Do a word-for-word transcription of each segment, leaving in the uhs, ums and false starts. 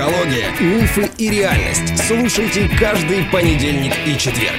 Психология, мифы и реальность. Слушайте каждый понедельник и четверг.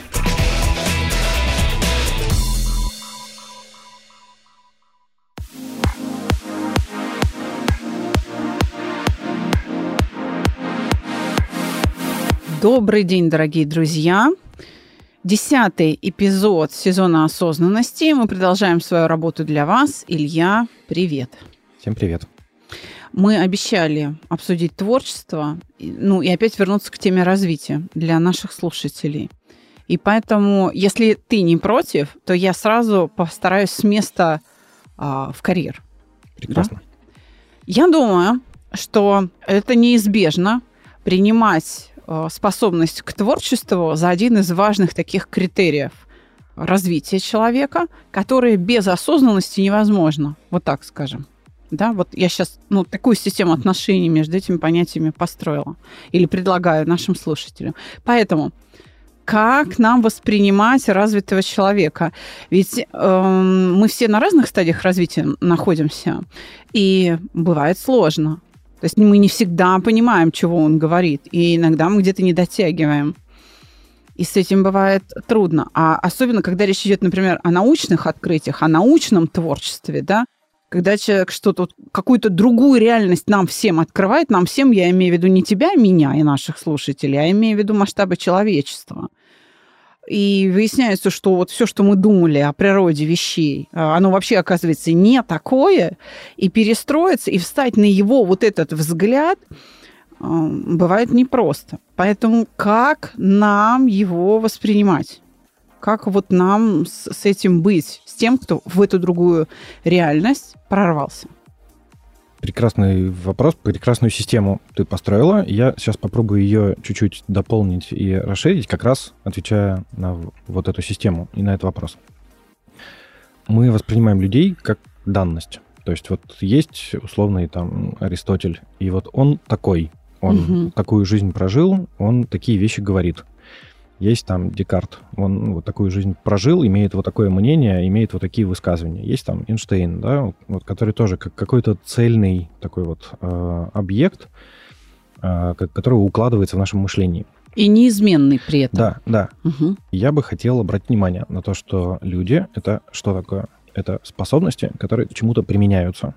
Добрый день, дорогие друзья. Десятый эпизод сезона осознанности. Мы продолжаем свою работу для вас. Илья, привет. Всем привет. Мы обещали обсудить творчество, ну и опять вернуться к теме развития для наших слушателей. И поэтому, если ты не против, то я сразу постараюсь с места а, в карьер. Прекрасно. Да? Я думаю, что это неизбежно принимать способность к творчеству за один из важных таких критериев развития человека, которые без осознанности невозможно. Вот так скажем. Да, вот я сейчас ну, такую систему отношений между этими понятиями построила или предлагаю нашим слушателям. Поэтому как нам воспринимать развитого человека? Ведь э, мы все на разных стадиях развития находимся, и бывает сложно. То есть мы не всегда понимаем, чего он говорит, и иногда мы где-то не дотягиваем. И с этим бывает трудно. А особенно, когда речь идет, например, о научных открытиях, о научном творчестве, да, когда человек что-то, какую-то другую реальность нам всем открывает, нам всем, я имею в виду не тебя, меня и наших слушателей, а имею в виду масштабы человечества. И выясняется, что вот все, что мы думали о природе вещей, оно вообще, оказывается, не такое, и перестроиться, и встать на его вот этот взгляд бывает непросто. Поэтому как нам его воспринимать? Как вот нам с, с этим быть, с тем, кто в эту другую реальность прорвался? Прекрасный вопрос, прекрасную систему ты построила. Я сейчас попробую ее чуть-чуть дополнить и расширить, как раз отвечая на вот эту систему и на этот вопрос. Мы воспринимаем людей как данность. То есть вот есть условный там Аристотель, и вот он такой, он угу. такую жизнь прожил, он такие вещи говорит. Есть там Декарт, он вот такую жизнь прожил, имеет вот такое мнение, имеет вот такие высказывания. Есть там Эйнштейн, да, вот, который тоже как какой-то цельный такой вот э, объект, э, который укладывается в нашем мышлении. И неизменный при этом. Да, да. Угу. Я бы хотел обратить внимание на то, что люди — это что такое? Это способности, которые к чему-то применяются.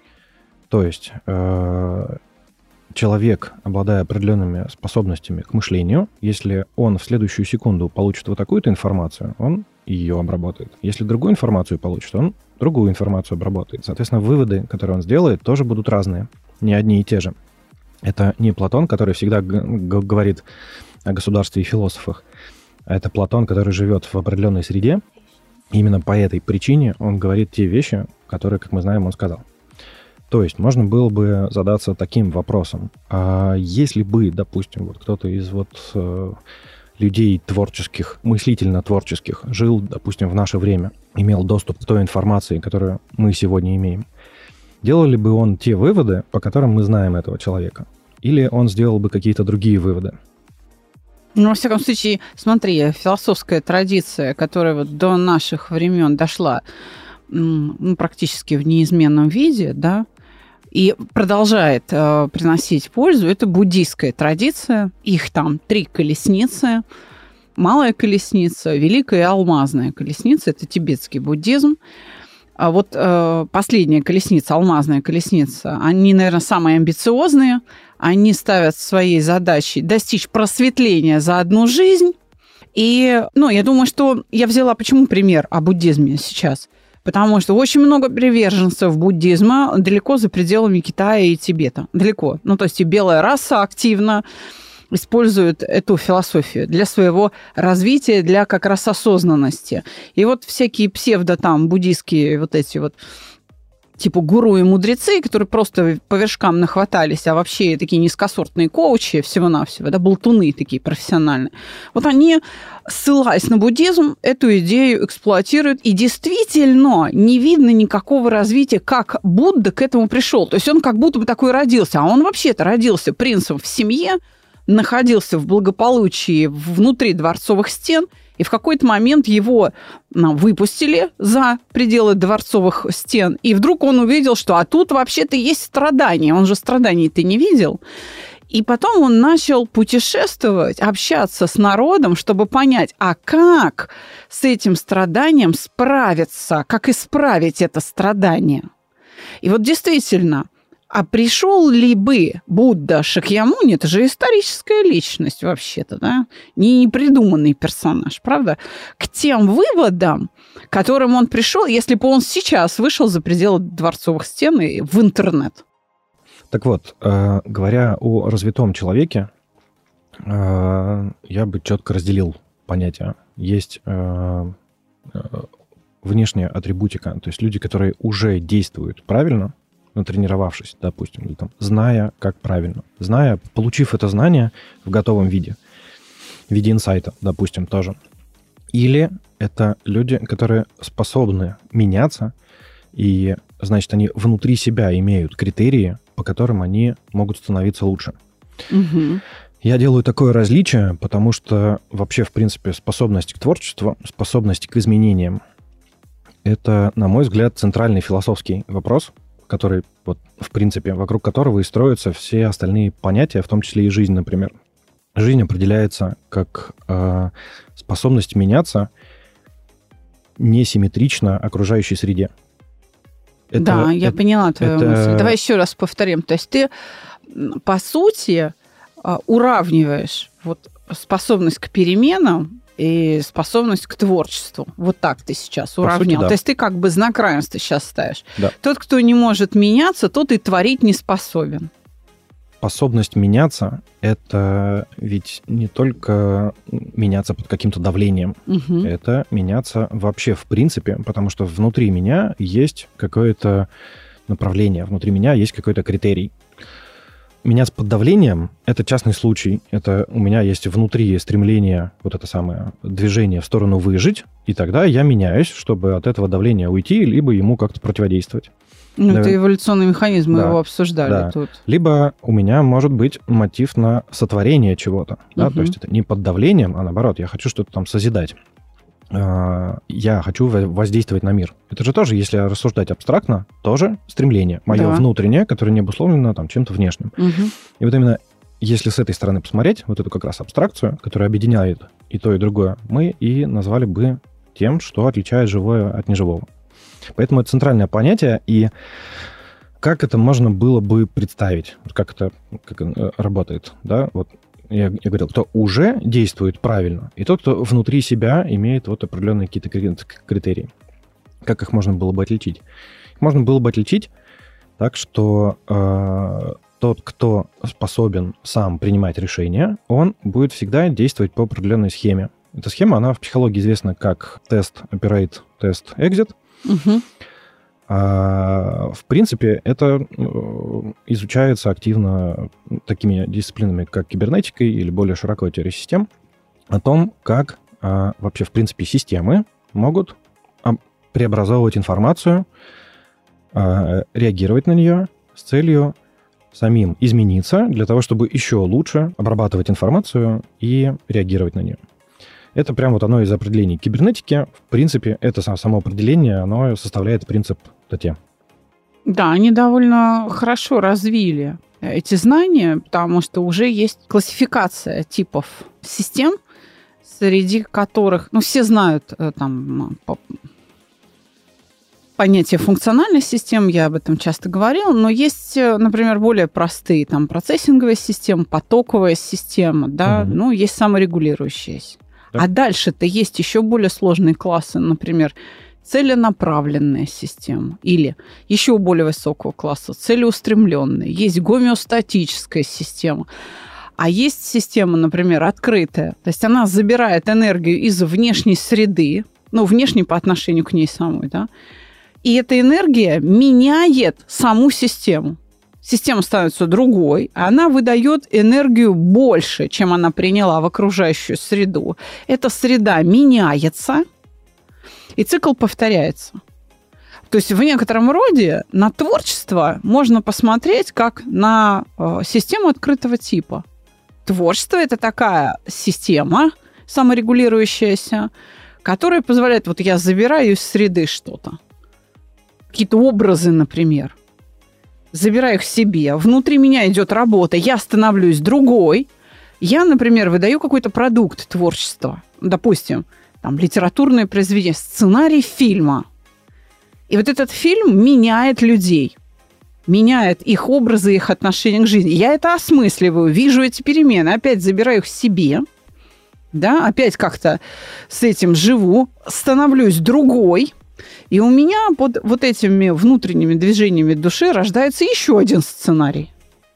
То есть... Э, Человек, обладая определенными способностями к мышлению, если он в следующую секунду получит вот такую-то информацию, он ее обработает. Если другую информацию получит, он другую информацию обработает. Соответственно, выводы, которые он сделает, тоже будут разные, не одни и те же. Это не Платон, который всегда г- г- говорит о государстве и философах, а это Платон, который живет в определенной среде. И именно по этой причине он говорит те вещи, которые, как мы знаем, он сказал. То есть можно было бы задаться таким вопросом. А если бы, допустим, вот кто-то из вот э, людей творческих, мыслительно-творческих жил, допустим, в наше время, имел доступ к той информации, которую мы сегодня имеем, делал ли бы он те выводы, по которым мы знаем этого человека? Или он сделал бы какие-то другие выводы? Ну, во всяком случае, смотри, философская традиция, которая вот до наших времен дошла ну, практически в неизменном виде, да, и продолжает э, приносить пользу, это буддийская традиция. Их там три колесницы. Малая колесница, великая и алмазная колесница. Это тибетский буддизм. А вот э, последняя колесница, алмазная колесница, они, наверное, самые амбициозные. Они ставят своей задачей достичь просветления за одну жизнь. И, ну, я думаю, что я взяла, почему пример о буддизме сейчас? Потому что очень много приверженцев буддизма далеко за пределами Китая и Тибета. Далеко. Ну, то есть и белая раса активно использует эту философию для своего развития, для как раз осознанности. И вот всякие псевдо там буддийские вот эти вот типа гуру и мудрецы, которые просто по вершкам нахватались, а вообще такие низкосортные коучи всего-навсего, да, болтуны такие профессиональные. Вот они, ссылаясь на буддизм, эту идею эксплуатируют, и действительно не видно никакого развития, как Будда к этому пришел. То есть он как будто бы такой родился, а он вообще-то родился принцем в семье, находился в благополучии внутри дворцовых стен, и в какой-то момент его выпустили за пределы дворцовых стен, и вдруг он увидел, что а тут вообще-то есть страдания. Он же страданий-то не видел. И потом он начал путешествовать, общаться с народом, чтобы понять, а как с этим страданием справиться, как исправить это страдание. И вот действительно, а пришел ли бы Будда Шакьямуни, это же историческая личность вообще-то, да, не придуманный персонаж, правда, к тем выводам, к которым он пришел, если бы он сейчас вышел за пределы дворцовых стен и в интернет. Так вот, э, говоря о развитом человеке, э, я бы четко разделил понятия. Есть э, э, внешняя атрибутика, то есть люди, которые уже действуют правильно, натренировавшись, допустим, или там, зная, как правильно, зная, получив это знание в готовом виде, в виде инсайта, допустим, тоже. Или это люди, которые способны меняться, и, значит, они внутри себя имеют критерии, по которым они могут становиться лучше. Угу. Я делаю такое различие, потому что вообще, в принципе, способность к творчеству, способность к изменениям — это, на мой взгляд, центральный философский вопрос, который, вот, в принципе, вокруг которого и строятся все остальные понятия, в том числе и жизнь, например. Жизнь определяется как э, способность меняться несимметрично окружающей среде. Это, да, я это, поняла твою это... мысль. Давай еще раз повторим. То есть ты, по сути, уравниваешь вот способность к переменам и способность к творчеству. Вот так ты сейчас уравнял. Сути, да. То есть ты как бы знак равенства сейчас ставишь. Да. Тот, кто не может меняться, тот и творить не способен. Способность меняться — это ведь не только меняться под каким-то давлением. Угу. Это меняться вообще в принципе, потому что внутри меня есть какое-то направление, внутри меня есть какой-то критерий. Меняться под давлением — это частный случай. Это у меня есть внутри стремление, вот это самое движение в сторону выжить, и тогда я меняюсь, чтобы от этого давления уйти, либо ему как-то противодействовать. Ну, да. Это эволюционный механизм, мы да. его обсуждали да. тут. Либо у меня может быть мотив на сотворение чего-то. Да? Угу. То есть это не под давлением, а наоборот, я хочу что-то там созидать. Я хочу воздействовать на мир. Это же тоже, если рассуждать абстрактно, тоже стремление. Мое да. внутреннее, которое не обусловлено там, чем-то внешним. Угу. И вот именно если с этой стороны посмотреть, вот эту как раз абстракцию, которая объединяет и то, и другое, мы и назвали бы тем, что отличает живое от неживого. Поэтому это центральное понятие, и как это можно было бы представить, как это, как это работает, да, вот я, я говорил, кто уже действует правильно, и тот, кто внутри себя имеет вот определенные какие-то критерии. Как их можно было бы отличить? Их можно было бы отличить так, что э, тот, кто способен сам принимать решения, он будет всегда действовать по определенной схеме. Эта схема, она в психологии известна как тест, operate, тест, exit. Угу. А, в принципе, это изучается активно такими дисциплинами, как кибернетикой или более широкой теорией систем, о том, как а, вообще, в принципе, системы могут а, преобразовывать информацию, а, реагировать на нее с целью самим измениться для того, чтобы еще лучше обрабатывать информацию и реагировать на нее. Это прям вот одно из определений кибернетики. В принципе, это само определение, оно составляет принцип статьи. Да, они довольно хорошо развили эти знания, потому что уже есть классификация типов систем, среди которых, ну, все знают там понятие функциональной системы, я об этом часто говорила, но есть, например, более простые, там, процессинговая система, потоковая система, да, угу. ну, есть саморегулирующаяся. А дальше-то есть еще более сложные классы, например, целенаправленная система или еще более высокого класса целеустремленная. Есть гомеостатическая система. А есть система, например, открытая. То есть она забирает энергию из внешней среды, ну, внешней по отношению к ней самой, да, и эта энергия меняет саму систему. Система становится другой, а она выдает энергию больше, чем она приняла в окружающую среду. Эта среда меняется, и цикл повторяется. То есть в некотором роде на творчество можно посмотреть как на э, систему открытого типа. Творчество – это такая система саморегулирующаяся, которая позволяет, вот я забираю из среды что-то, какие-то образы, например, забираю их себе, внутри меня идет работа, я становлюсь другой, я, например, выдаю какой-то продукт творчества, допустим, там, литературное произведение, сценарий фильма. И вот этот фильм меняет людей, меняет их образы, их отношение к жизни. Я это осмысливаю, вижу эти перемены, опять забираю их себе, да, опять как-то с этим живу, становлюсь другой, и у меня под вот этими внутренними движениями души рождается еще один сценарий.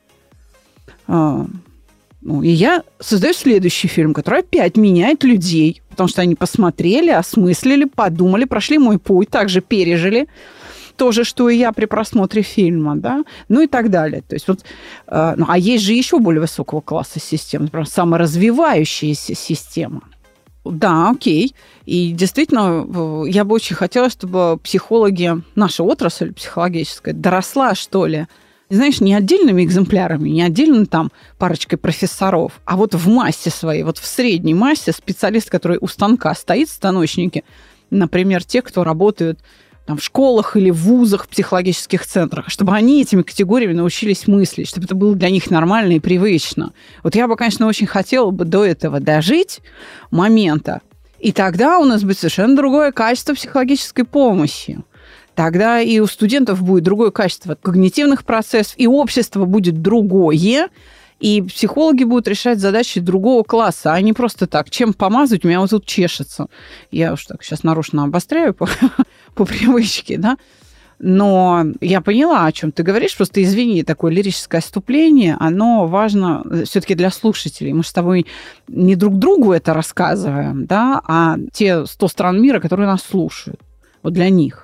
А, ну, и я создаю следующий фильм, который опять меняет людей, потому что они посмотрели, осмыслили, подумали, прошли мой путь, также пережили то же, что и я при просмотре фильма, да, ну и так далее. То есть вот, э, ну, а есть же еще более высокого класса системы, например, саморазвивающаяся система. Да, окей. И действительно, я бы очень хотела, чтобы психологи, наша отрасль психологическая, доросла, что ли, знаешь, не отдельными экземплярами, не отдельно там парочкой профессоров, а вот в массе своей, вот в средней массе специалист, который у станка стоит, станочники, например, те, кто работают там, в школах или в вузах, в психологических центрах, чтобы они этими категориями научились мыслить, чтобы это было для них нормально и привычно. Вот я бы, конечно, очень хотела бы до этого дожить момента, и тогда у нас будет совершенно другое качество психологической помощи. Тогда и у студентов будет другое качество когнитивных процессов, и общество будет другое, и психологи будут решать задачи другого класса, а не просто так, чем помазать, у меня вот тут чешется. Я уж так сейчас нарочно обостряю по, по привычке, да. Но я поняла, о чем ты говоришь. Просто извини, такое лирическое отступление, оно важно все-таки для слушателей. Мы же с тобой не друг другу это рассказываем, да, а те сто стран мира, которые нас слушают. Вот для них.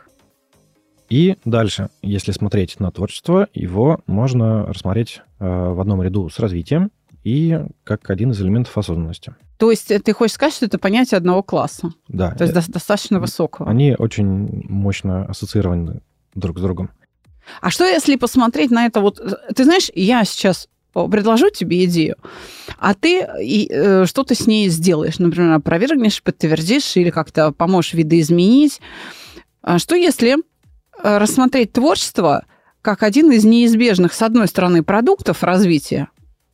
И дальше, если смотреть на творчество, его можно рассмотреть э, в одном ряду с развитием и как один из элементов осознанности. То есть ты хочешь сказать, что это понятие одного класса? Да. То есть достаточно высокого? Они очень мощно ассоциированы друг с другом. А что, если посмотреть на это вот... Ты знаешь, я сейчас предложу тебе идею, а ты и, э, что-то с ней сделаешь. Например, опровергнешь, подтвердишь или как-то поможешь видоизменить. Что, если рассмотреть творчество как один из неизбежных, с одной стороны, продуктов развития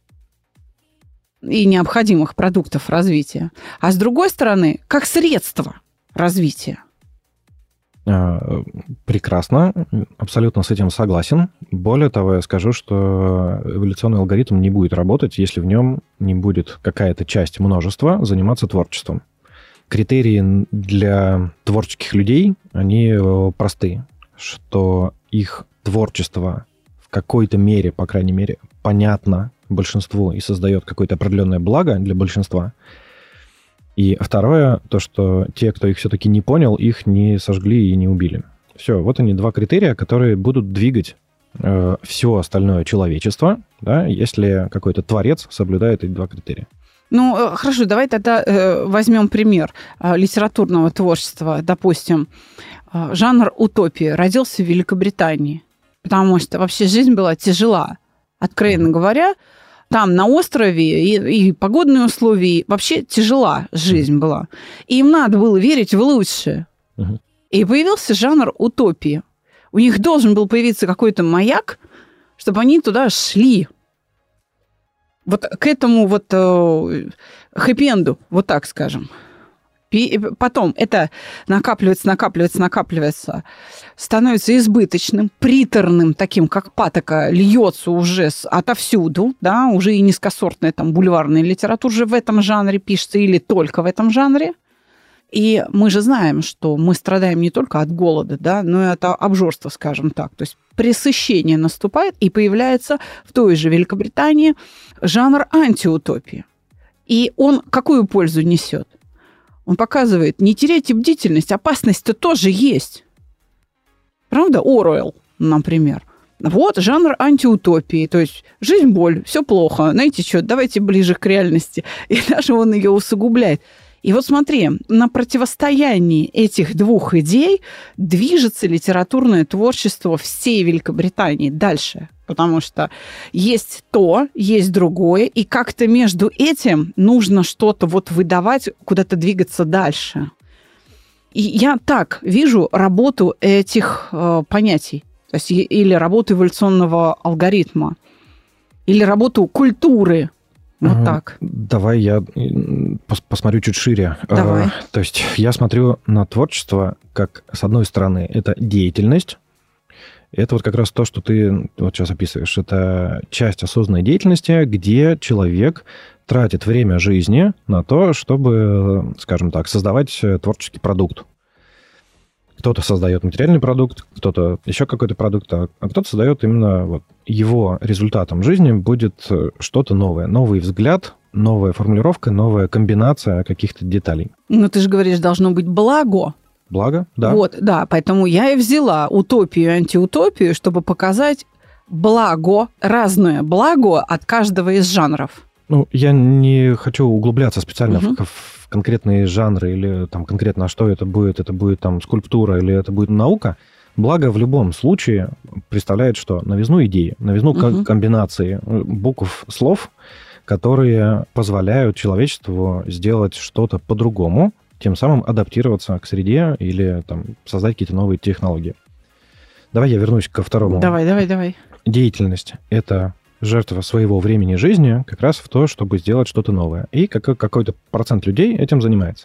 и необходимых продуктов развития, а с другой стороны, как средство развития? Прекрасно, абсолютно с этим согласен. Более того, я скажу, что эволюционный алгоритм не будет работать, если в нем не будет какая-то часть множества заниматься творчеством. Критерии для творческих людей, они простые, что их творчество в какой-то мере, по крайней мере, понятно большинству и создает какое-то определенное благо для большинства. И второе, то, что те, кто их все-таки не понял, их не сожгли и не убили. Все, вот они два критерия, которые будут двигать э, все остальное человечество, да, если какой-то творец соблюдает эти два критерия. Ну, хорошо, давай тогда э, возьмем пример э, литературного творчества. Допустим, э, жанр утопии родился в Великобритании, потому что вообще жизнь была тяжела, откровенно говоря. Там на острове и, и погодные условия, вообще тяжела жизнь была. И им надо было верить в лучшее. Uh-huh. И появился жанр утопии. У них должен был появиться какой-то маяк, чтобы они туда шли. Вот к этому вот э, хэппи-энду, вот так скажем. Потом это накапливается, накапливается, накапливается, становится избыточным, приторным, таким, как патока, льется уже отовсюду, да, уже и низкосортная там бульварная литература уже в этом жанре пишется или только в этом жанре. И мы же знаем, что мы страдаем не только от голода, да, но и от обжорства, скажем так. То есть пресыщение наступает, и появляется в той же Великобритании жанр антиутопии. И он какую пользу несет? Он показывает, не теряйте бдительность, опасность-то тоже есть. Правда? Оруэлл, например. Вот жанр антиутопии. То есть жизнь, боль, все плохо. Знаете что, давайте ближе к реальности. И даже он ее усугубляет. И вот смотри, на противостоянии этих двух идей движется литературное творчество всей Великобритании дальше. Потому что есть то, есть другое, и как-то между этим нужно что-то вот выдавать, куда-то двигаться дальше. И я так вижу работу этих э, понятий. То есть или работу эволюционного алгоритма, или работу культуры. Вот uh, так. Давай я пос- посмотрю чуть шире. Давай. Uh, то есть я смотрю на творчество как, с одной стороны, это деятельность. Это вот как раз то, что ты вот сейчас описываешь. Это часть осознанной деятельности, где человек тратит время жизни на то, чтобы, скажем так, создавать творческий продукт. Кто-то создает материальный продукт, кто-то еще какой-то продукт, а кто-то создает именно вот его результатом жизни будет что-то новое. Новый взгляд, новая формулировка, новая комбинация каких-то деталей. Ну, ты же говоришь, должно быть благо. Благо, да. Вот, да, поэтому я и взяла утопию и антиутопию, чтобы показать благо, разное благо от каждого из жанров. Ну, я не хочу углубляться специально Угу. в, в конкретные жанры или там конкретно, что это будет, это будет там скульптура или это будет наука. Благо в любом случае представляет что? Новизну идеи, новизну Угу. комбинации букв, слов, которые позволяют человечеству сделать что-то по-другому, тем самым адаптироваться к среде или там, создать какие-то новые технологии. Давай я вернусь ко второму. Давай, давай, давай. Деятельность – это жертва своего времени жизни как раз в то, чтобы сделать что-то новое. И какой-то процент людей этим занимается.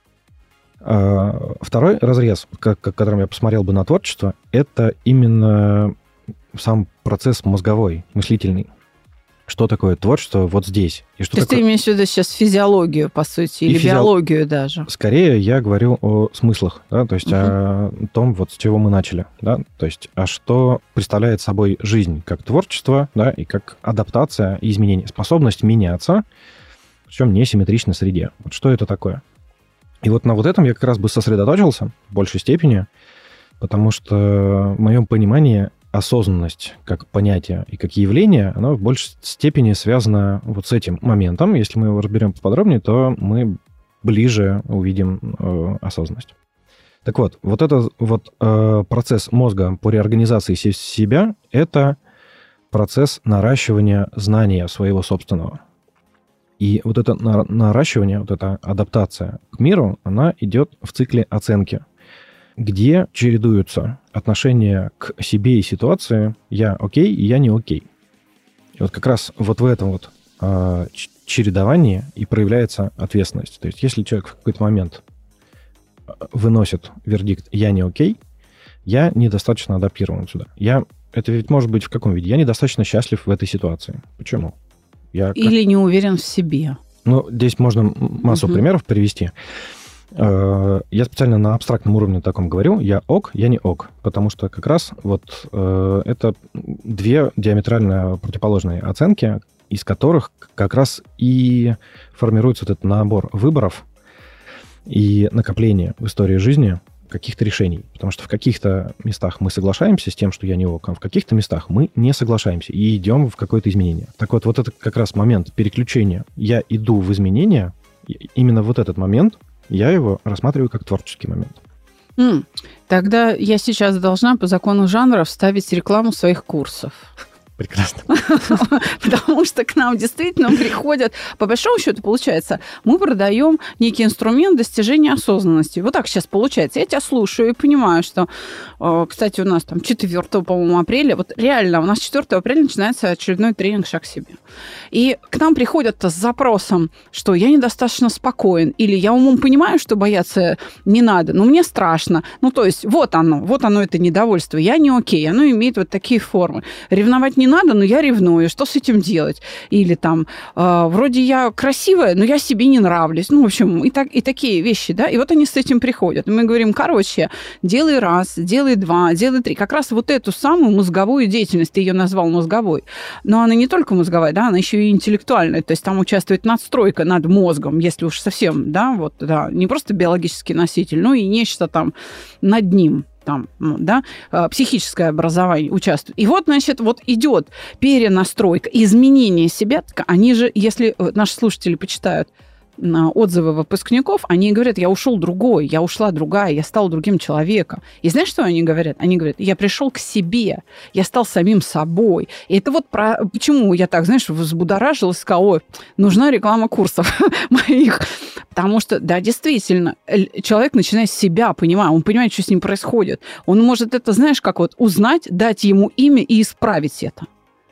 Второй разрез, которым я посмотрел бы на творчество, это именно сам процесс мозговой, мыслительный. Что такое творчество вот здесь? И что То есть такое... ты имеешь в виду сейчас физиологию, по сути, И или физи... биологию даже? Скорее я говорю о смыслах, да, то есть угу. о том, вот с чего мы начали, да, то есть а что представляет собой жизнь как творчество, да, и как адаптация и изменение, способность меняться, причем не симметричной среде. Вот что это такое? И вот на вот этом я как раз бы сосредоточился в большей степени, потому что в моем понимании осознанность как понятие и как явление, оно в большей степени связано вот с этим моментом. Если мы его разберем поподробнее, то мы ближе увидим э, осознанность. Так вот, вот этот вот э, процесс мозга по реорганизации себя – это процесс наращивания знания своего собственного. И вот это на- наращивание, вот эта адаптация к миру, она идет в цикле оценки, где чередуются отношения к себе и ситуации «я окей» и «я не окей». И вот как раз вот в этом вот э, чередовании и проявляется ответственность. То есть если человек в какой-то момент выносит вердикт «я не окей», я недостаточно адаптирован сюда. Я, это ведь может быть в каком виде? Я недостаточно счастлив в этой ситуации. Почему? Я Или как... не уверен в себе. Ну, здесь можно массу угу. примеров привести. Я специально на абстрактном уровне таком говорю, я ок, я не ок, потому что как раз вот э, это две диаметрально противоположные оценки, из которых как раз и формируется вот этот набор выборов и накопления в истории жизни каких-то решений. Потому что в каких-то местах мы соглашаемся с тем, что я не ок, а в каких-то местах мы не соглашаемся и идем в какое-то изменение. Так вот, вот это как раз момент переключения. Я иду в изменения, именно вот этот момент я его рассматриваю как творческий момент. Mm. Тогда я сейчас должна по закону жанра вставить рекламу своих курсов. Прекрасно. Потому что к нам действительно приходят, по большому счету, получается, мы продаем некий инструмент достижения осознанности. Вот так сейчас получается. Я тебя слушаю и понимаю, что, кстати, у нас там четвёртого, по-моему, апреля, вот реально, у нас четвёртого апреля начинается очередной тренинг «Шаг к себе». И к нам приходят с запросом, что я недостаточно спокоен, или я умом понимаю, что бояться не надо, но мне страшно. Ну, то есть, вот оно, вот оно, это недовольство. Я не окей, оно имеет вот такие формы. Ревновать не надо, но я ревную. Что с этим делать? Или там, э, вроде я красивая, но я себе не нравлюсь. Ну, в общем, и, так, и такие вещи, да. И вот они с этим приходят. И мы говорим, короче, делай раз, делай два, делай три. Как раз вот эту самую мозговую деятельность, ты ее назвал мозговой. Но она не только мозговая, да, она еще и интеллектуальная. То есть там участвует надстройка над мозгом, если уж совсем, да, вот, да, не просто биологический носитель, но и нечто там над ним. Там, да, психическое образование участвует. И вот, значит, вот идет перенастройка, изменение себя. Они же, если наши слушатели почитают отзывы выпускников, они говорят, я ушел другой, я ушла другая, я стал другим человеком. И знаешь, что они говорят? Они говорят, я пришел к себе, я стал самим собой. И это вот про... Почему я так, знаешь, взбудоражилась, сказала, ой, нужна реклама курсов моих. Потому что, да, действительно, человек начинает себя понимать, он понимает, что с ним происходит. Он может это, знаешь, как вот узнать, дать ему имя и исправить это.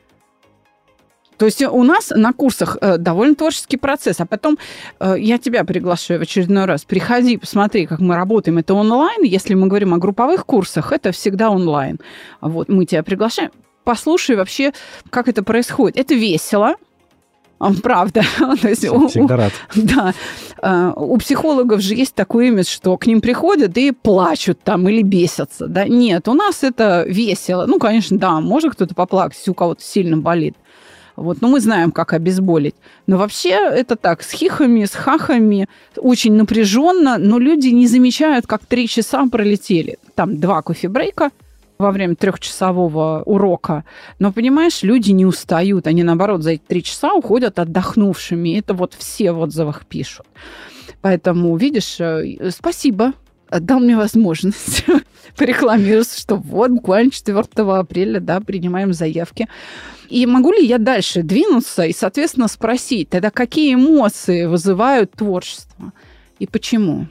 То есть у нас на курсах довольно творческий процесс, а потом я тебя приглашаю в очередной раз. Приходи, посмотри, как мы работаем. Это онлайн. Если мы говорим о групповых курсах, это всегда онлайн. Вот, мы тебя приглашаем. Послушай вообще, как это происходит. Это весело. Правда. То есть всегда у, рад. Да. У психологов же есть такой имидж, что к ним приходят и плачут там или бесятся. Да? Нет, у нас это весело. Ну, конечно, да, может кто-то поплакать, если у кого-то сильно болит. Вот, но мы знаем, как обезболить. Но вообще это так, с хихами, с хахами, очень напряженно, но люди не замечают, как три часа пролетели. Там два кофе-брейка во время трехчасового урока. Но, понимаешь, люди не устают. Они, наоборот, за эти три часа уходят отдохнувшими. Это вот все в отзывах пишут. Поэтому, видишь, спасибо. Дал мне возможность порекламировать, что вот буквально четвёртого апреля, да, принимаем заявки. И могу ли я дальше двинуться и, соответственно, спросить, тогда какие эмоции вызывают творчество и почему?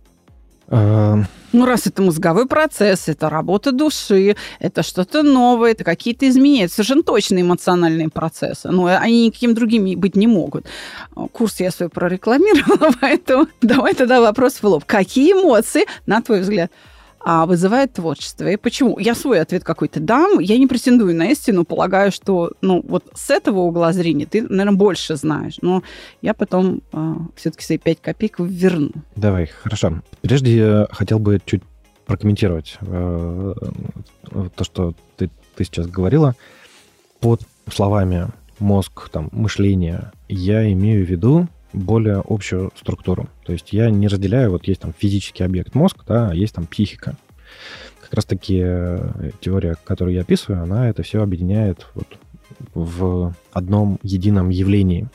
А... Ну, раз это мозговой процесс, это работа души, это что-то новое, это какие-то изменения, это совершенно точно эмоциональные процессы. Но они никаким другими быть не могут. Курс я свой прорекламировала, поэтому давай тогда вопрос в лоб. Какие эмоции, на твой взгляд, вызывает творчество? И почему? Я свой ответ какой-то дам. Я не претендую на истину, полагаю, что ну, вот с этого угла зрения ты, наверное, больше знаешь. Но я потом э, все-таки свои пять копеек верну. Давай, хорошо. Прежде я хотел бы чуть прокомментировать э, то, что ты, ты сейчас говорила. Под словами мозг, там, мышление я имею в виду более общую структуру. То есть я не разделяю, вот есть там физический объект мозг, да, а есть там психика. Как раз-таки теория, которую я описываю, она это все объединяет вот в одном едином явлении.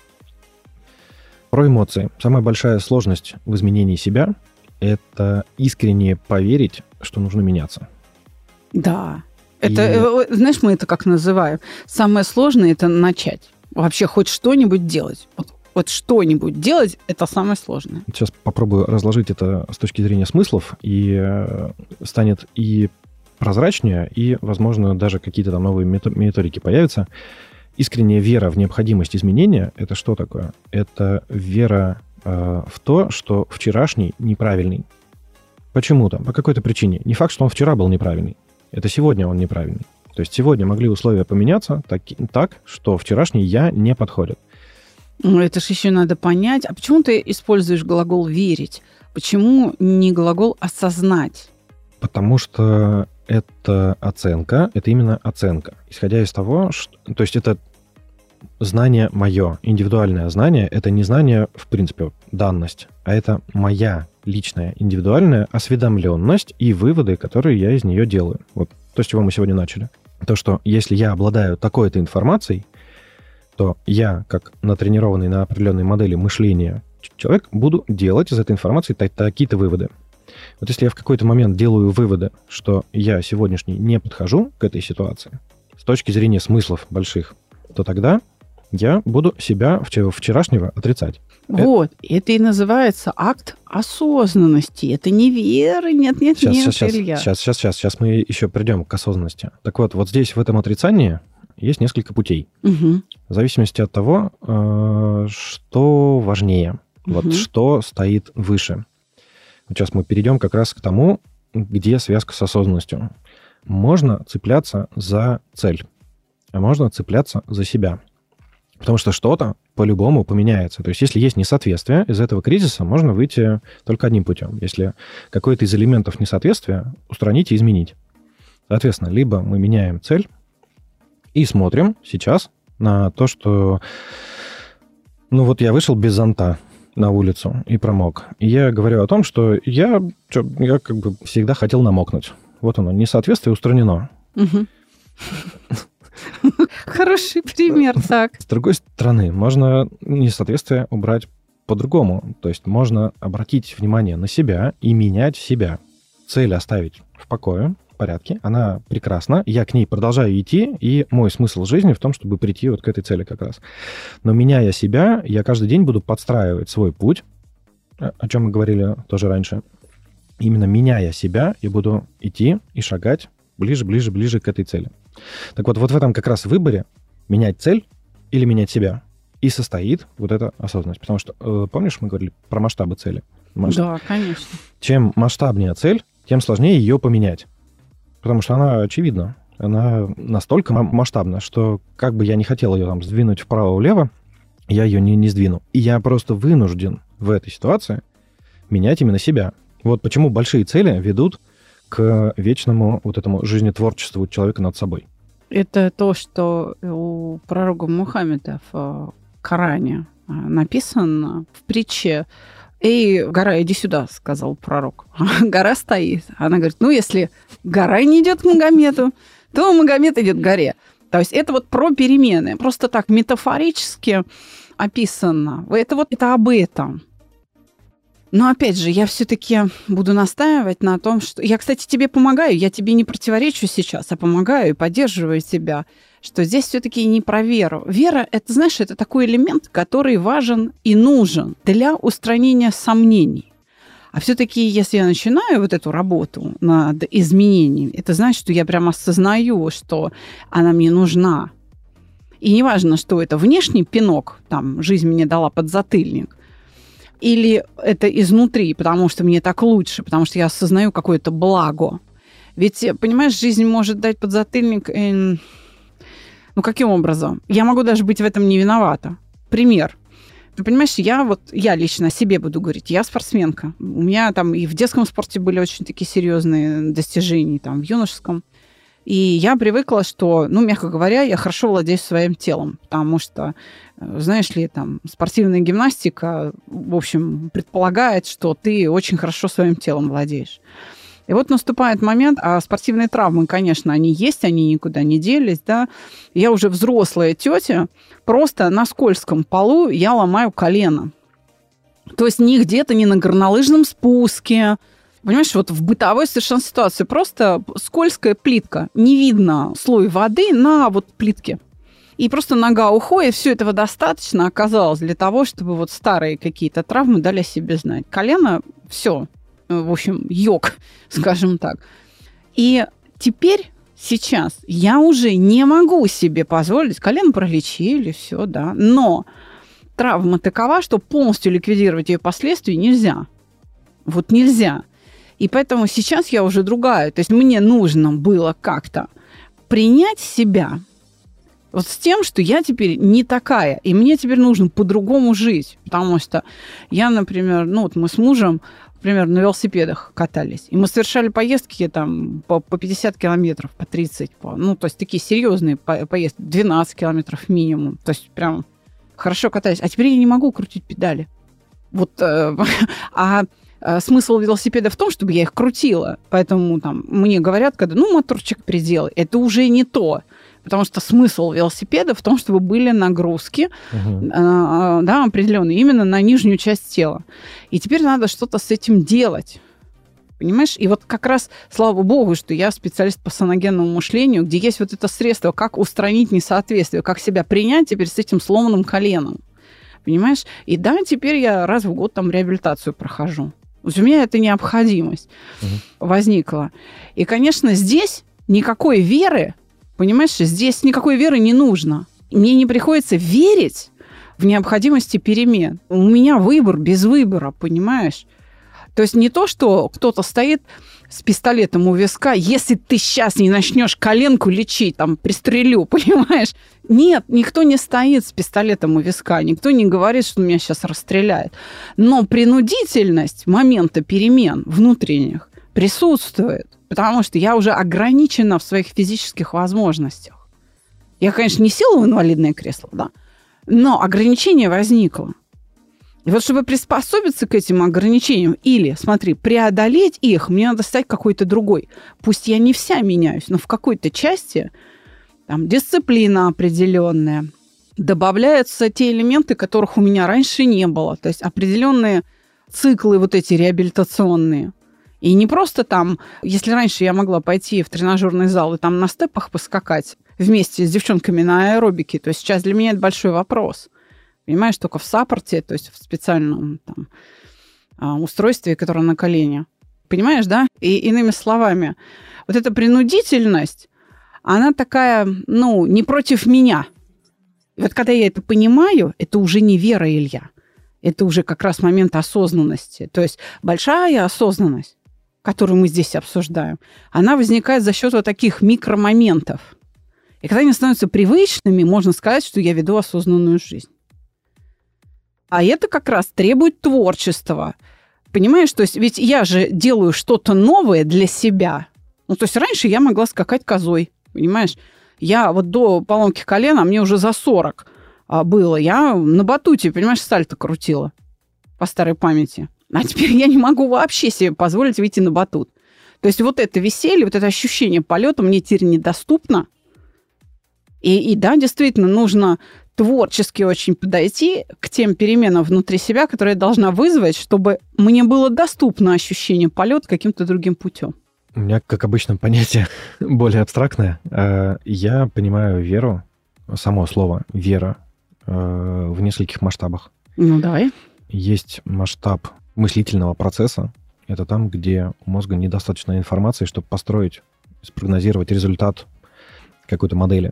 Про эмоции. Самая большая сложность в изменении себя – это искренне поверить, что нужно меняться. Да. Это, и... знаешь, мы это как называем? Самое сложное – это начать. Вообще хоть что-нибудь делать. Вот Вот что-нибудь делать – это самое сложное. Сейчас попробую разложить это с точки зрения смыслов, и станет и прозрачнее, и, возможно, даже какие-то там новые методики появятся. Искренняя вера в необходимость изменения – это что такое? Это вера э, в то, что вчерашний неправильный. Почему-то, по какой-то причине. Не факт, что он вчера был неправильный. Это сегодня он неправильный. То есть сегодня могли условия поменяться так, так что вчерашний «я» не подходит. Ну, это же еще надо понять. А почему ты используешь глагол «верить»? Почему не глагол «осознать»? Потому что это оценка, это именно оценка. Исходя из того, что... То есть это знание мое, индивидуальное знание, это не знание, в принципе, данность, а это моя личная индивидуальная осведомленность и выводы, которые я из нее делаю. Вот то, с чего мы сегодня начали. То, что если я обладаю такой-то информацией, то я, как натренированный на определенной модели мышления человек, буду делать из этой информации такие-то выводы. Вот если я в какой-то момент делаю выводы, что я сегодняшний не подхожу к этой ситуации с точки зрения смыслов больших, то тогда я буду себя вчерашнего отрицать. Вот, это, это и называется акт осознанности. Это не веры, нет, нет, сейчас, нет, сейчас, Илья. Сейчас, сейчас, сейчас, сейчас мы еще придем к осознанности. Так вот, вот здесь, в этом отрицании, есть несколько путей. Угу. В зависимости от того, что важнее, угу. вот что стоит выше. Сейчас мы перейдем как раз к тому, где связка с осознанностью. Можно цепляться за цель, а можно цепляться за себя. Потому что что-то по-любому поменяется. То есть если есть несоответствие, из этого кризиса можно выйти только одним путем. Если какой-то из элементов несоответствия устранить и изменить. Соответственно, либо мы меняем цель и смотрим сейчас на то, что... Ну вот я вышел без зонта на улицу и промок. И я говорю о том, что я, я как бы всегда хотел намокнуть. Вот оно, несоответствие устранено. Хороший пример, так. С другой стороны, можно несоответствие убрать по-другому. То есть можно обратить внимание на себя и менять себя. Цель оставить в покое, в порядке. Она прекрасна. Я к ней продолжаю идти, и мой смысл жизни в том, чтобы прийти вот к этой цели как раз. Но меняя себя, я каждый день буду подстраивать свой путь о чем мы говорили тоже раньше. Именно меняя себя, я буду идти и шагать ближе, ближе, ближе к этой цели. Так вот, вот в этом как раз выборе менять цель или менять себя и состоит вот эта осознанность. Потому что, э, помнишь, мы говорили про масштабы цели? Да, Масштаб. конечно. Чем масштабнее цель, тем сложнее ее поменять. Потому что она очевидна. Она настолько масштабна, что как бы я не хотел ее там сдвинуть вправо-влево, я ее не, не сдвину. И я просто вынужден в этой ситуации менять именно себя. Вот почему большие цели ведут к вечному вот этому жизнетворчеству человека над собой. Это то, что у пророка Мухаммеда в Коране написано в притче: «Эй, гора, иди сюда», — сказал пророк. Гора стоит. Она говорит: ну, если гора не идет к Магомету, то Магомед идет к горе. То есть это вот про перемены. Просто так метафорически описано. Это вот это об этом. Но опять же, я все-таки буду настаивать на том, что... Я, кстати, тебе помогаю, я тебе не противоречу сейчас, а помогаю и поддерживаю тебя, что здесь все-таки не про веру. Вера, это, знаешь, это такой элемент, который важен и нужен для устранения сомнений. А все-таки, если я начинаю вот эту работу над изменением, это значит, что я прямо осознаю, что она мне нужна. И неважно, что это внешний пинок, там, жизнь мне дала подзатыльник, или это изнутри, потому что мне так лучше, потому что я осознаю какое-то благо. Ведь, понимаешь, жизнь может дать подзатыльник... Э, ну, каким образом? Я могу даже быть в этом не виновата. Пример. Ты понимаешь, я вот, я лично о себе буду говорить, я спортсменка. У меня там и в детском спорте были очень такие серьезные достижения, там, в юношеском. И я привыкла, что, ну, мягко говоря, я хорошо владею своим телом, потому что, знаешь ли, там, спортивная гимнастика, в общем, предполагает, что ты очень хорошо своим телом владеешь. И вот наступает момент, а спортивные травмы, конечно, они есть, они никуда не делись, да. Я уже взрослая тетя, просто на скользком полу я ломаю колено. То есть не где-то, не на горнолыжном спуске. Понимаешь, вот в бытовой совершенно ситуации просто скользкая плитка. Не видно слой воды на вот плитке. И просто нога уходит, все этого достаточно оказалось для того, чтобы вот старые какие-то травмы дали о себе знать. Колено, все, в общем, йог, скажем так. И теперь, сейчас, я уже не могу себе позволить, колено пролечили, все, да, но травма такова, что полностью ликвидировать ее последствия нельзя. Вот нельзя. И поэтому сейчас я уже другая. То есть мне нужно было как-то принять себя вот с тем, что я теперь не такая, и мне теперь нужно по-другому жить. Потому что я, например, ну вот мы с мужем, например, на велосипедах катались, и мы совершали поездки там по, по пятьдесят километров, по тридцать, по, ну то есть такие серьезные по- поездки, двенадцать километров минимум. То есть прям хорошо катались. А теперь я не могу крутить педали. Вот, э, а смысл велосипеда в том, чтобы я их крутила. Поэтому там мне говорят, когда, ну, моторчик приделай. Это уже не то. Потому что смысл велосипеда в том, чтобы были нагрузки, угу. э, да, определенные, именно на нижнюю часть тела. И теперь надо что-то с этим делать. Понимаешь? И вот как раз, слава богу, что я специалист по саногенному мышлению, где есть вот это средство, как устранить несоответствие, как себя принять теперь с этим сломанным коленом. Понимаешь? И да, теперь я раз в год там реабилитацию прохожу. У меня эта необходимость угу. возникла. И, конечно, здесь никакой веры, понимаешь, здесь никакой веры не нужно. Мне не приходится верить в необходимости перемен. У меня выбор без выбора, понимаешь? То есть не то, что кто-то стоит с пистолетом у виска, если ты сейчас не начнешь коленку лечить, там, пристрелю, понимаешь? Нет, никто не стоит с пистолетом у виска, никто не говорит, что меня сейчас расстреляет. Но принудительность момента перемен внутренних присутствует, потому что я уже ограничена в своих физических возможностях. Я, конечно, не села в инвалидное кресло, да, но ограничение возникло. И вот чтобы приспособиться к этим ограничениям или, смотри, преодолеть их, мне надо стать какой-то другой. Пусть я не вся меняюсь, но в какой-то части там дисциплина определенная. Добавляются те элементы, которых у меня раньше не было. То есть определенные циклы вот эти реабилитационные. И не просто там, если раньше я могла пойти в тренажерный зал и там на степах поскакать вместе с девчонками на аэробике, то сейчас для меня это большой вопрос. Понимаешь, только в саппорте, то есть в специальном там, устройстве, которое на колене. Понимаешь, да? И иными словами, вот эта принудительность, она такая, ну, не против меня. И вот когда я это понимаю, это уже не вера, Илья. Это уже как раз момент осознанности. То есть большая осознанность, которую мы здесь обсуждаем, она возникает за счет вот таких микромоментов. И когда они становятся привычными, можно сказать, что я веду осознанную жизнь. А это как раз требует творчества. Понимаешь, то есть ведь я же делаю что-то новое для себя. Ну, то есть раньше я могла скакать козой, понимаешь? Я вот до поломки колена, мне уже за сорок было, я на батуте, понимаешь, сальто крутила по старой памяти. А теперь я не могу вообще себе позволить выйти на батут. То есть вот это веселье, вот это ощущение полета мне теперь недоступно. И, и да, действительно, нужно творчески очень подойти к тем переменам внутри себя, которые я должна вызвать, чтобы мне было доступно ощущение полета каким-то другим путем. У меня, как обычно, понятие более абстрактное. Я понимаю веру, само слово «вера», в нескольких масштабах. Ну, давай. Есть масштаб мыслительного процесса. Это там, где у мозга недостаточно информации, чтобы построить, спрогнозировать результат какой-то модели.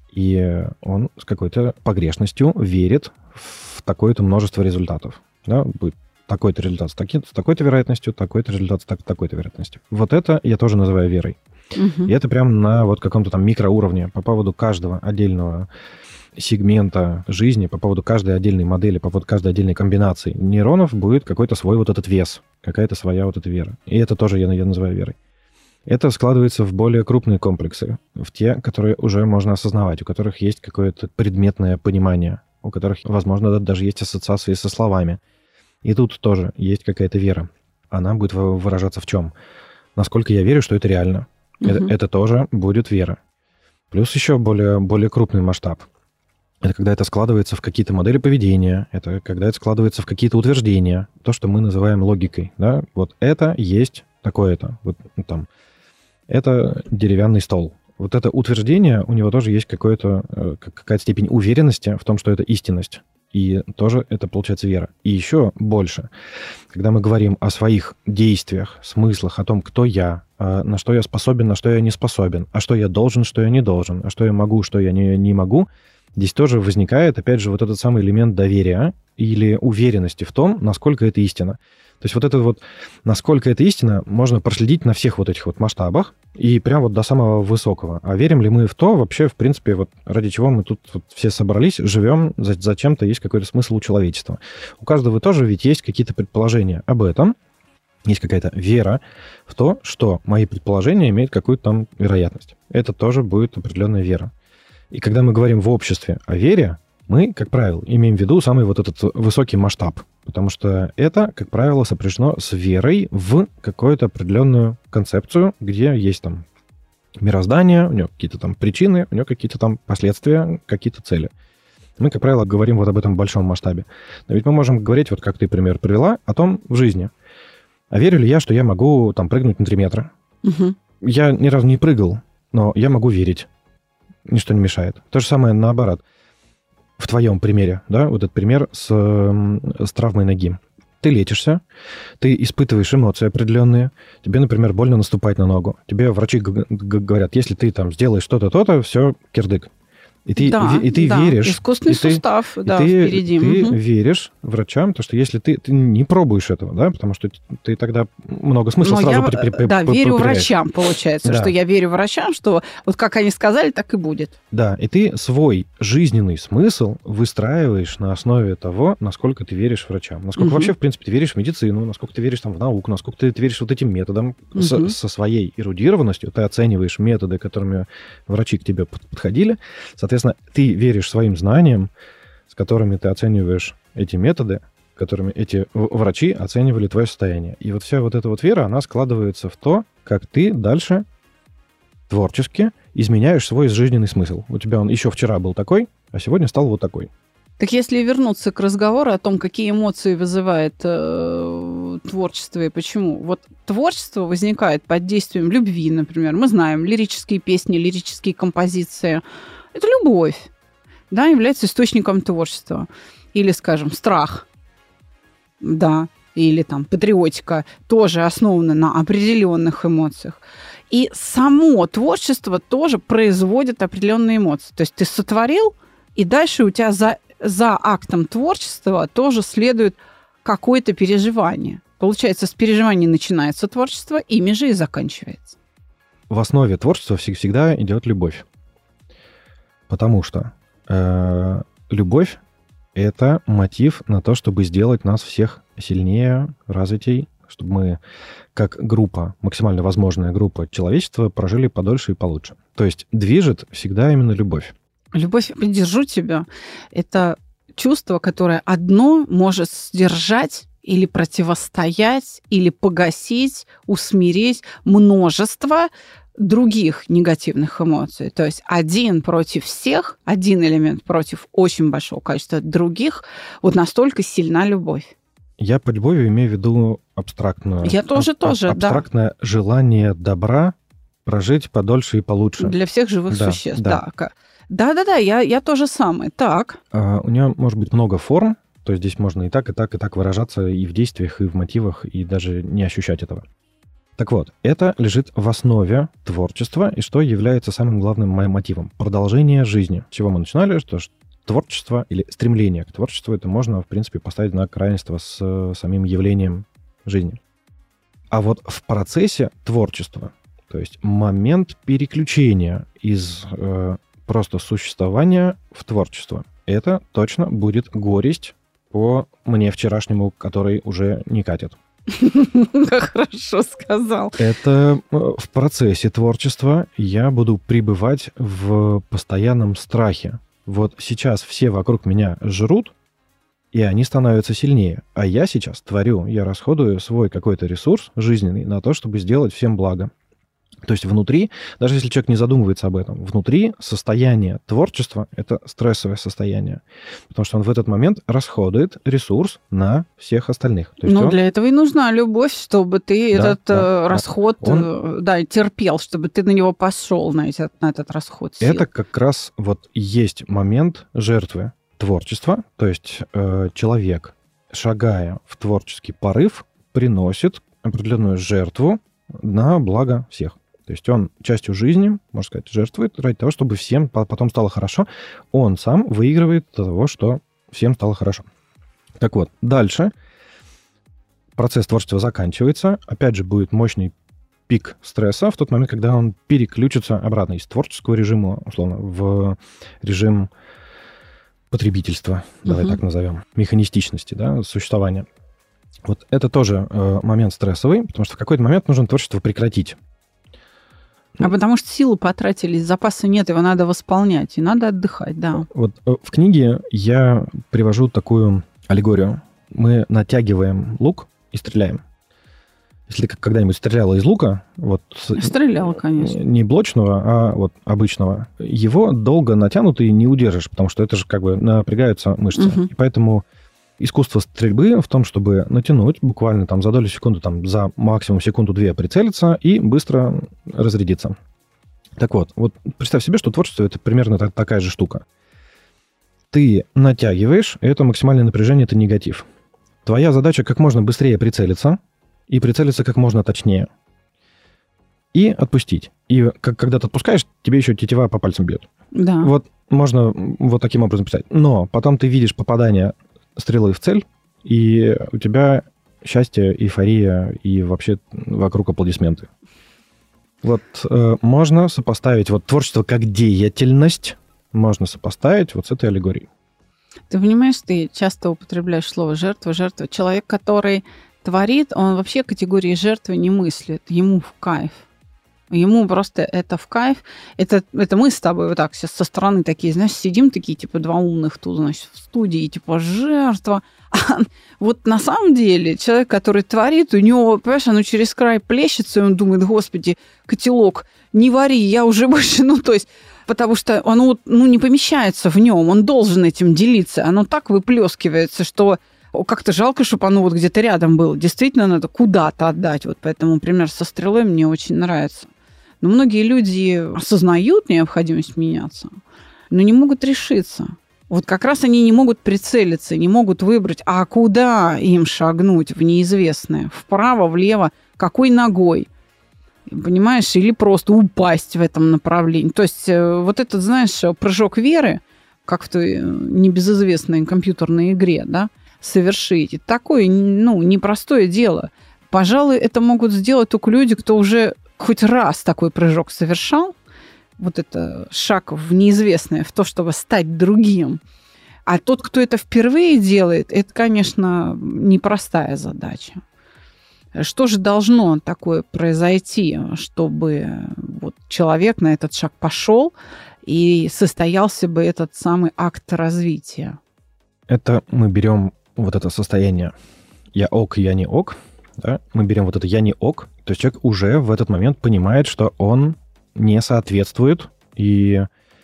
И он с какой-то погрешностью верит в такое-то множество результатов. Да? Будет такой-то результат с, таки, с такой-то вероятностью, такой-то результат с так, такой-то вероятностью. Вот это я тоже называю верой. Угу. И это прям на вот каком-то там микроуровне по поводу каждого отдельного сегмента жизни, по поводу каждой отдельной модели, по поводу каждой отдельной комбинации нейронов будет какой-то свой вот этот вес, какая-то своя вот эта вера. И это тоже я, я называю верой. Это складывается в более крупные комплексы, в те, которые уже можно осознавать, у которых есть какое-то предметное понимание, у которых, возможно, даже есть ассоциации со словами. И тут тоже есть какая-то вера. Она будет выражаться в чем? Насколько я верю, что это реально. Угу. Это, это тоже будет вера. Плюс еще более, более крупный масштаб. Это когда это складывается в какие-то модели поведения, это когда это складывается в какие-то утверждения, то, что мы называем логикой. Да? Вот это есть такое-то. Вот там. Это деревянный стол. Вот это утверждение, у него тоже есть какое-то, какая-то степень уверенности в том, что это истинность. И тоже это, получается, вера. И еще больше, когда мы говорим о своих действиях, смыслах, о том, кто я, на что я способен, на что я не способен, а что я должен, что я не должен, а что я могу, что я не, не могу, здесь тоже возникает, опять же, вот этот самый элемент доверия или уверенности в том, насколько это истина. То есть вот это вот, насколько это истина, можно проследить на всех вот этих вот масштабах и прям вот до самого высокого. А верим ли мы в то вообще, в принципе, вот ради чего мы тут вот все собрались, живем, зачем-то есть какой-то смысл у человечества. У каждого тоже ведь есть какие-то предположения об этом, есть какая-то вера в то, что мои предположения имеют какую-то там вероятность. Это тоже будет определенная вера. И когда мы говорим в обществе о вере, мы, как правило, имеем в виду самый вот этот высокий масштаб, потому что это, как правило, сопряжено с верой в какую-то определенную концепцию, где есть там мироздание, у него какие-то там причины, у него какие-то там последствия, какие-то цели. Мы, как правило, говорим вот об этом большом масштабе. Но ведь мы можем говорить, вот как ты пример привела, о том в жизни. А верю ли я, что я могу там прыгнуть на три метра? Угу. Я ни разу не прыгал, но я могу верить. Ничто не мешает. То же самое наоборот. В твоем примере, да, вот этот пример с, с травмой ноги. Ты лечишься, ты испытываешь эмоции определенные, тебе, например, больно наступать на ногу. Тебе врачи г- г- говорят, если ты там сделаешь что-то, то-то, все, кирдык. И ты, да, и, и ты да. веришь... Искусственный и ты, сустав, и да, ты, впереди. Ты угу. веришь врачам, то, что если ты, ты не пробуешь этого, да, потому что ты тогда много смысла Но сразу я, при, при, да, при, верю при, врачам, получается, да. что я верю врачам, что вот как они сказали, так и будет. Да, и ты свой жизненный смысл выстраиваешь на основе того, насколько ты веришь врачам, насколько угу. вообще, в принципе, ты веришь в медицину, насколько ты веришь там в науку, насколько ты, ты веришь вот этим методам. Угу. С, со своей эрудированностью ты оцениваешь методы, которыми врачи к тебе подходили. Соответственно, ты веришь своим знаниям, с которыми ты оцениваешь эти методы, которыми эти врачи оценивали твое состояние. И вот вся вот эта вот вера, она складывается в то, как ты дальше творчески изменяешь свой жизненный смысл. У тебя он еще вчера был такой, а сегодня стал вот такой. Так если вернуться к разговору о том, какие эмоции вызывает э, творчество и почему. Вот творчество возникает под действием любви, например. Мы знаем лирические песни, лирические композиции. Это любовь, да, является источником творчества. Или, скажем, страх. Да, или там патриотика тоже основана на определенных эмоциях. И само творчество тоже производит определенные эмоции. То есть ты сотворил, и дальше у тебя за, за актом творчества тоже следует какое-то переживание. Получается, с переживания начинается творчество, ими же и заканчивается. В основе творчества всегда идет любовь. Потому что э, любовь — это мотив на то, чтобы сделать нас всех сильнее, развитей, чтобы мы, как группа, максимально возможная группа человечества, прожили подольше и получше. То есть движет всегда именно любовь. Любовь, поддержу тебя, это чувство, которое одно может сдержать или противостоять, или погасить, усмирить множество других негативных эмоций. То есть один против всех, один элемент против очень большого количества других, вот настолько сильна любовь. Я под любовью имею в виду абстрактную. Я тоже, аб- тоже, абстрактное да. желание добра прожить подольше и получше. Для всех живых да, существ, да. да. Да-да-да, я, я тоже самое. Так. А, у нее может быть много форм, то есть здесь можно и так, и так, и так выражаться и в действиях, и в мотивах, и даже не ощущать этого. Так вот, это лежит в основе творчества, и что является самым главным моим мотивом? Продолжение жизни. С чего мы начинали? Что творчество или стремление к творчеству, это можно, в принципе, поставить на равенство с самим явлением жизни. А вот в процессе творчества, то есть момент переключения из э, просто существования в творчество, это точно будет горесть по мне вчерашнему, который уже не катит. Как хорошо сказал. Это в процессе творчества я буду пребывать в постоянном страхе. Вот сейчас все вокруг меня жрут, и они становятся сильнее. А я сейчас творю, я расходую свой какой-то ресурс жизненный на то, чтобы сделать всем благо. То есть внутри, даже если человек не задумывается об этом, внутри состояние творчества — это стрессовое состояние. Потому что он в этот момент расходует ресурс на всех остальных. То есть ну, он... для этого и нужна любовь, чтобы ты да, этот да, расход он... да, терпел, чтобы ты на него пошел, на этот, на этот расход сил. Это как раз вот есть момент жертвы творчества. То есть э, человек, шагая в творческий порыв, приносит определенную жертву на благо всех. То есть он частью жизни, можно сказать, жертвует ради того, чтобы всем потом стало хорошо. Он сам выигрывает от того, что всем стало хорошо. Так вот, дальше процесс творчества заканчивается. Опять же, будет мощный пик стресса в тот момент, когда он переключится обратно из творческого режима, условно, в режим потребительства, давай uh-huh. так назовем, механистичности, да, существования. Вот это тоже э, момент стрессовый, потому что в какой-то момент нужно творчество прекратить. А потому что силы потратились, запаса нет, его надо восполнять, и надо отдыхать, да. Вот в книге я привожу такую аллегорию. Мы натягиваем лук и стреляем. Если ты когда-нибудь стреляла из лука, вот... Стреляла, конечно. Не блочного, а вот обычного, его долго натянутый не удержишь, потому что это же как бы напрягаются мышцы. Угу. И поэтому искусство стрельбы в том, чтобы натянуть буквально там за долю секунды, там за максимум секунду-две прицелиться и быстро разрядиться. Так вот, вот представь себе, что творчество — это примерно так, такая же штука. Ты натягиваешь, и это максимальное напряжение, это негатив. Твоя задача как можно быстрее прицелиться и прицелиться как можно точнее. И отпустить. И как, когда ты отпускаешь, тебе еще тетива по пальцам бьет. Да. Вот можно вот таким образом представить. Но потом ты видишь попадание стрелы в цель, и у тебя счастье, эйфория и вообще вокруг аплодисменты. Вот э, можно сопоставить вот творчество как деятельность, можно сопоставить вот с этой аллегорией. Ты понимаешь, ты часто употребляешь слово «жертва», «жертва». Человек, который творит, он вообще категории жертвы не мыслит, ему в кайф. Ему просто это в кайф. Это, это мы с тобой вот так сейчас со стороны такие, знаешь, сидим такие, типа, два умных тут, значит, в студии, типа, жертва. А вот на самом деле человек, который творит, у него, понимаешь, оно через край плещется, и он думает: господи, котелок, не вари, я уже больше, ну, то есть, потому что оно, ну, не помещается в нем, он должен этим делиться. Оно так выплескивается, что как-то жалко, чтобы оно вот где-то рядом было. Действительно, надо куда-то отдать. Вот поэтому пример со стрелой мне очень нравится. Но многие люди осознают необходимость меняться, но не могут решиться. Вот как раз они не могут прицелиться, не могут выбрать, а куда им шагнуть в неизвестное? Вправо, влево, какой ногой? Понимаешь? Или просто упасть в этом направлении. То есть вот этот, знаешь, прыжок веры, как в той небезызвестной компьютерной игре, да, совершить. Такое, ну, непростое дело. Пожалуй, это могут сделать только люди, кто уже хоть раз такой прыжок совершал. Вот это шаг в неизвестное, в то, чтобы стать другим. А тот, кто это впервые делает, это, конечно, непростая задача. Что же должно такое произойти, чтобы вот человек на этот шаг пошел и состоялся бы этот самый акт развития? Это мы берем вот это состояние «я ок, я не ок», да? Мы берем вот это «я не ок», то есть человек уже в этот момент понимает, что он не соответствует, и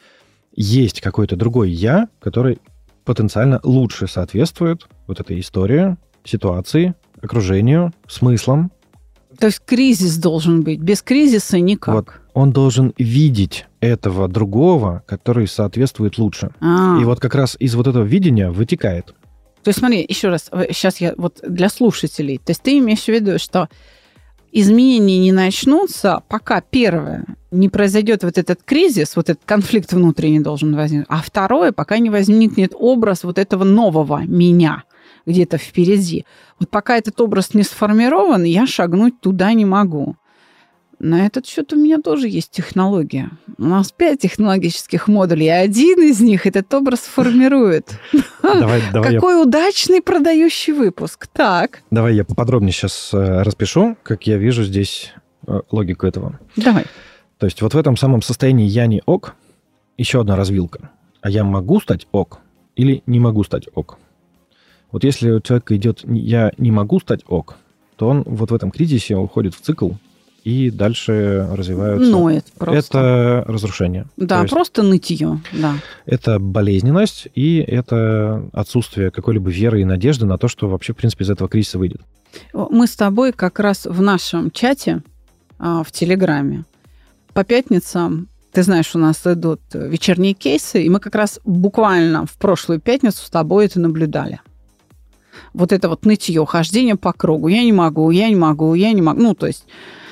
есть какой-то другой «я», который потенциально лучше соответствует вот этой истории, ситуации, окружению, смыслам. То есть кризис должен быть. Без кризиса никак. Вот. Он должен видеть этого другого, который соответствует лучше. А. И вот как раз из вот этого видения вытекает. То есть смотри, еще раз, сейчас я вот для слушателей. То есть ты имеешь в виду, что изменения не начнутся, пока первое, не произойдет вот этот кризис, вот этот конфликт внутренний должен возникнуть, а второе, пока не возникнет образ вот этого нового меня где-то впереди. Вот пока этот образ не сформирован, я шагнуть туда не могу. На этот счет у меня тоже есть технология. У нас пять технологических модулей, и один из них этот образ формирует. Давай, давай Какой я... удачный продающий выпуск. Так. Давай я поподробнее сейчас распишу, как я вижу здесь логику этого. Давай. То есть вот в этом самом состоянии «я не ок» еще одна развилка. А я могу стать ок или не могу стать ок? Вот если у человека идет «я не могу стать ок», то он вот в этом кризисе уходит в цикл, и дальше развиваются... Ноет просто. Это разрушение. Да, есть просто нытье, да. Это болезненность, и это отсутствие какой-либо веры и надежды на то, что вообще, в принципе, из этого кризиса выйдет. Мы с тобой как раз в нашем чате, в Телеграме, по пятницам, ты знаешь, у нас идут вечерние кейсы, и мы как раз буквально в прошлую пятницу с тобой это наблюдали. Вот это вот нытье, хождение по кругу. Я не могу, я не могу, я не могу. Ну, то есть...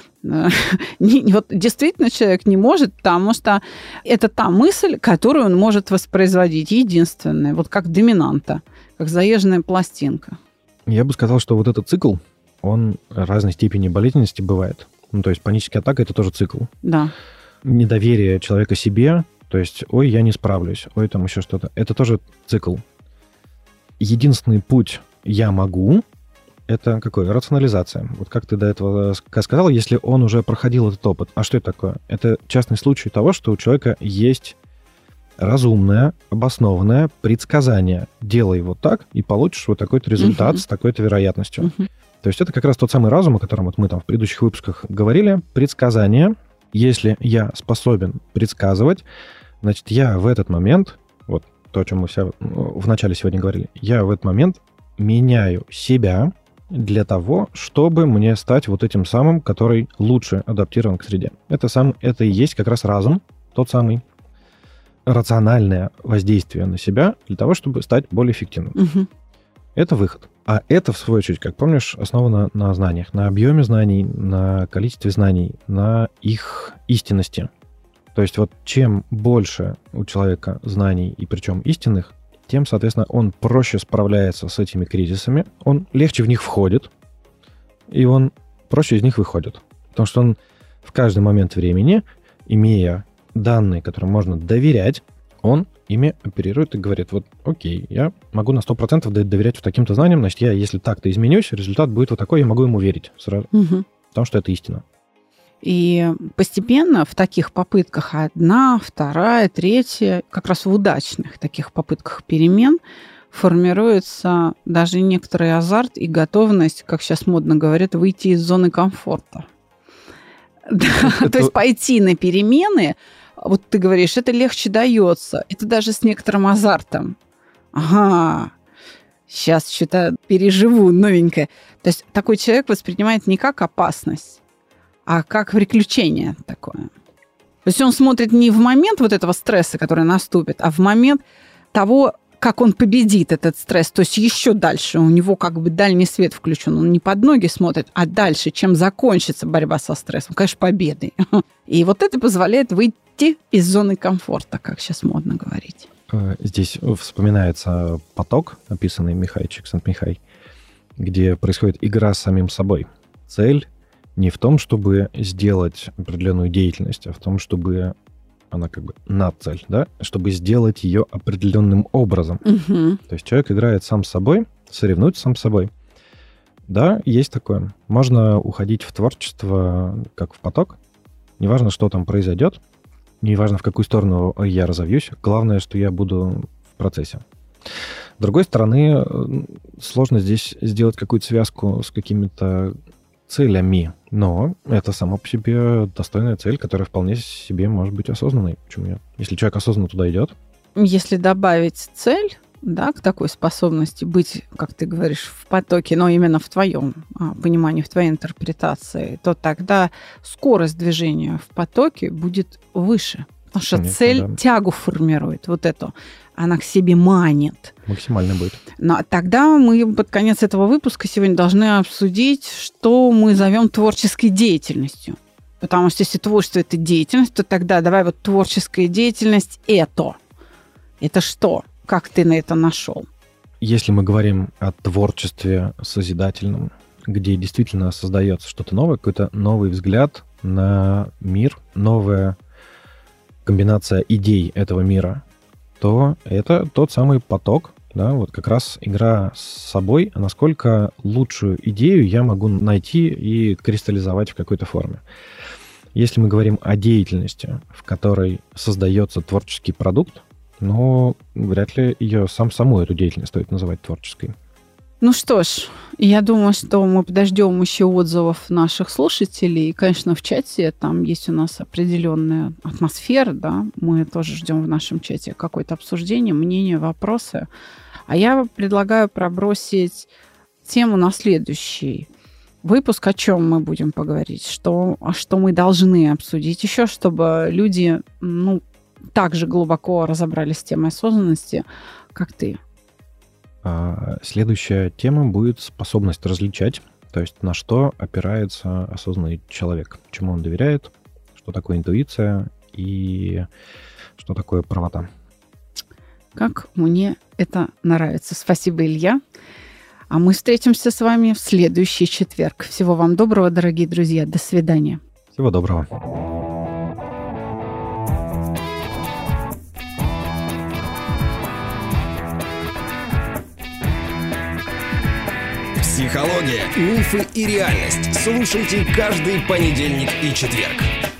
Вот действительно человек не может, потому что это та мысль, которую он может воспроизводить, единственная, вот как доминанта, как заезженная пластинка. Я бы сказал, что вот этот цикл, он разной степени болезненности бывает. Ну, то есть паническая атака – это тоже цикл. Да. Недоверие человека себе, то есть, ой, я не справлюсь, ой, там еще что-то. Это тоже цикл. Единственный путь «я могу» — это какой? Рационализация. Вот как ты до этого сказал, если он уже проходил этот опыт. А что это такое? Это частный случай того, что у человека есть разумное, обоснованное предсказание. Делай вот так, и получишь вот такой-то результат uh-huh. с такой-то вероятностью. Uh-huh. То есть это как раз тот самый разум, о котором вот мы там в предыдущих выпусках говорили. Предсказание. Если я способен предсказывать, значит, я в этот момент, вот то, о чем мы все в начале сегодня говорили, я в этот момент меняю себя для того, чтобы мне стать вот этим самым, который лучше адаптирован к среде. Это, сам, это и есть как раз разум, тот самый рациональное воздействие на себя для того, чтобы стать более эффективным. Угу. Это выход. А это, в свою очередь, как помнишь, основано на знаниях, на объеме знаний, на количестве знаний, на их истинности. То есть вот чем больше у человека знаний, и причем истинных, тем, соответственно, он проще справляется с этими кризисами, он легче в них входит, и он проще из них выходит. Потому что он в каждый момент времени, имея данные, которым можно доверять, он ими оперирует и говорит, вот окей, я могу на сто процентов доверять вот таким-то знаниям, значит, я, если так-то изменюсь, результат будет вот такой, я могу ему верить сразу, угу. потому что это истина. И постепенно в таких попытках одна, вторая, третья, как раз в удачных таких попытках перемен формируется даже некоторый азарт и готовность, как сейчас модно говорят, выйти из зоны комфорта. Это... То есть пойти на перемены, вот ты говоришь, это легче дается, это даже с некоторым азартом. Ага, сейчас что-то переживу новенькое. То есть такой человек воспринимает не как опасность, а как приключение такое. То есть он смотрит не в момент вот этого стресса, который наступит, а в момент того как он победит этот стресс, то есть еще дальше, у него как бы дальний свет включен, он не под ноги смотрит, а дальше, чем закончится борьба со стрессом, конечно, победой. И вот это позволяет выйти из зоны комфорта, как сейчас модно говорить. Здесь вспоминается поток, описанный Михай Чиксент-Михай, где происходит игра с самим собой. Цель не в том, чтобы сделать определенную деятельность, а в том, чтобы она как бы надцель, да, чтобы сделать ее определенным образом. Угу. То есть человек играет сам с собой, соревнуется сам с собой. Да, есть такое. Можно уходить в творчество как в поток. Неважно, что там произойдет, неважно, в какую сторону я разовьюсь. Главное, что я буду в процессе. С другой стороны, сложно здесь сделать какую-то связку с какими-то целями, но это само по себе достойная цель, которая вполне себе может быть осознанной. Почему нет? Если человек осознанно туда идет. Если добавить цель, да, к такой способности быть, как ты говоришь, в потоке, но именно в твоем а, понимании, в твоей интерпретации, то тогда скорость движения в потоке будет выше. Потому что Конечно, цель да. тягу формирует, вот эту. Она к себе манит. Максимально будет. Но тогда мы под конец этого выпуска сегодня должны обсудить, что мы зовем творческой деятельностью. Потому что если творчество – это деятельность, то тогда давай вот творческая деятельность – это. Это что? Как ты на это нашел? Если мы говорим о творчестве созидательном, где действительно создается что-то новое, какой-то новый взгляд на мир, новая комбинация идей этого мира, то это тот самый поток, да, вот как раз игра с собой, а насколько лучшую идею я могу найти и кристаллизовать в какой-то форме. Если мы говорим о деятельности, в которой создается творческий продукт, но вряд ли ее сам саму эту деятельность стоит называть творческой. Ну что ж, я думаю, что мы подождем еще отзывов наших слушателей. И, конечно, в чате там есть у нас определенная атмосфера, да, мы тоже ждем в нашем чате какое-то обсуждение, мнение, вопросы. А я предлагаю пробросить тему на следующий выпуск, о чем мы будем поговорить, что, что мы должны обсудить еще, чтобы люди, ну, так же глубоко разобрались с темой осознанности, как ты. Следующая тема будет способность различать, то есть на что опирается осознанный человек, чему он доверяет, что такое интуиция и что такое правота. Как мне это нравится. Спасибо, Илья. А мы встретимся с вами в следующий четверг. Всего вам доброго, дорогие друзья. До свидания. Всего доброго. Психология, мифы и реальность. Слушайте каждый понедельник и четверг.